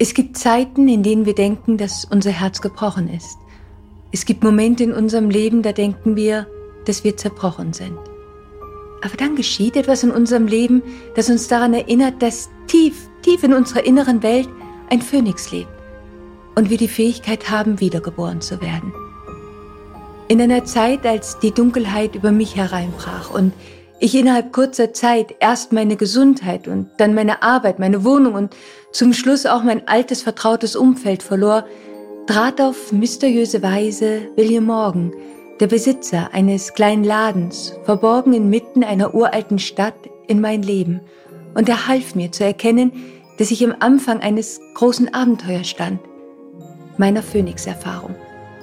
Es gibt Zeiten, in denen wir denken, dass unser Herz gebrochen ist. Es gibt Momente in unserem Leben, da denken wir, dass wir zerbrochen sind. Aber dann geschieht etwas in unserem Leben, das uns daran erinnert, dass tief, tief in unserer inneren Welt ein Phönix lebt und wir die Fähigkeit haben, wiedergeboren zu werden. In einer Zeit, als die Dunkelheit über mich hereinbrach und ich innerhalb kurzer Zeit erst meine Gesundheit und dann meine Arbeit, meine Wohnung und zum Schluss auch mein altes, vertrautes Umfeld verlor, trat auf mysteriöse Weise William Morgan, der Besitzer eines kleinen Ladens, verborgen inmitten einer uralten Stadt, in mein Leben. Und er half mir zu erkennen, dass ich am Anfang eines großen Abenteuers stand, meiner Phönix-Erfahrung.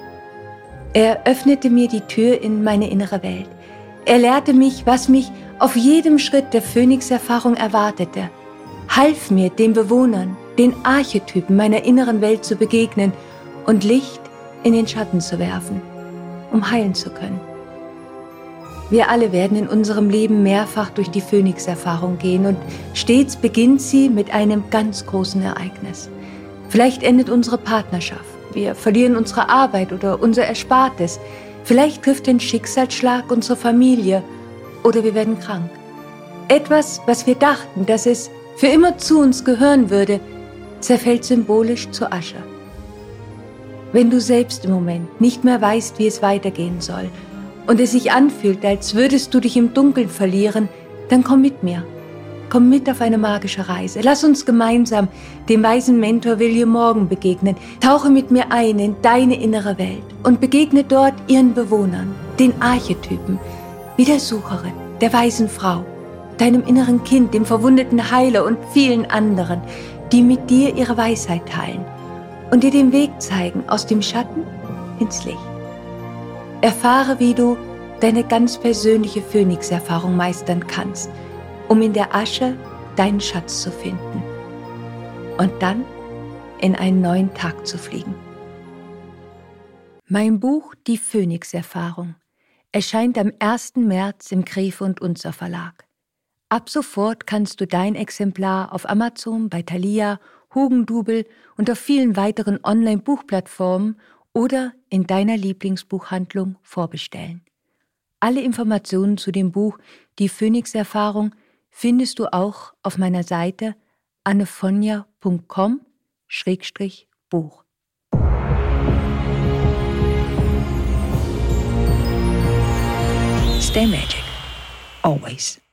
Er öffnete mir die Tür in meine innere Welt. Er lehrte mich, was mich auf jedem Schritt der Phönix-Erfahrung erwartete, half mir, den Bewohnern, den Archetypen meiner inneren Welt zu begegnen und Licht in den Schatten zu werfen, um heilen zu können. Wir alle werden in unserem Leben mehrfach durch die Phönix-Erfahrung gehen und stets beginnt sie mit einem ganz großen Ereignis. Vielleicht endet unsere Partnerschaft, wir verlieren unsere Arbeit oder unser Erspartes, vielleicht trifft ein Schicksalsschlag unsere Familie oder wir werden krank. Etwas, was wir dachten, dass es für immer zu uns gehören würde, zerfällt symbolisch zu Asche. Wenn du selbst im Moment nicht mehr weißt, wie es weitergehen soll und es sich anfühlt, als würdest du dich im Dunkeln verlieren, dann komm mit mir. Komm mit auf eine magische Reise. Lass uns gemeinsam dem weisen Mentor William Morgan begegnen. Tauche mit mir ein in deine innere Welt und begegne dort ihren Bewohnern, den Archetypen, wie der Sucherin, der weisen Frau, deinem inneren Kind, dem verwundeten Heiler und vielen anderen, die mit dir ihre Weisheit teilen und dir den Weg zeigen aus dem Schatten ins Licht. Erfahre, wie du deine ganz persönliche Phönix-Erfahrung meistern kannst, um in der Asche deinen Schatz zu finden und dann in einen neuen Tag zu fliegen. Mein Buch Die Phönix-Erfahrung erscheint am 1. März im Graefe und Unzer Verlag. Ab sofort kannst du dein Exemplar auf Amazon, bei Thalia, Hugendubel und auf vielen weiteren Online-Buchplattformen oder in deiner Lieblingsbuchhandlung vorbestellen. Alle Informationen zu dem Buch Die Phönix-Erfahrung findest du auch auf meiner Seite annefonja.com/Buch. Stay magic. Always.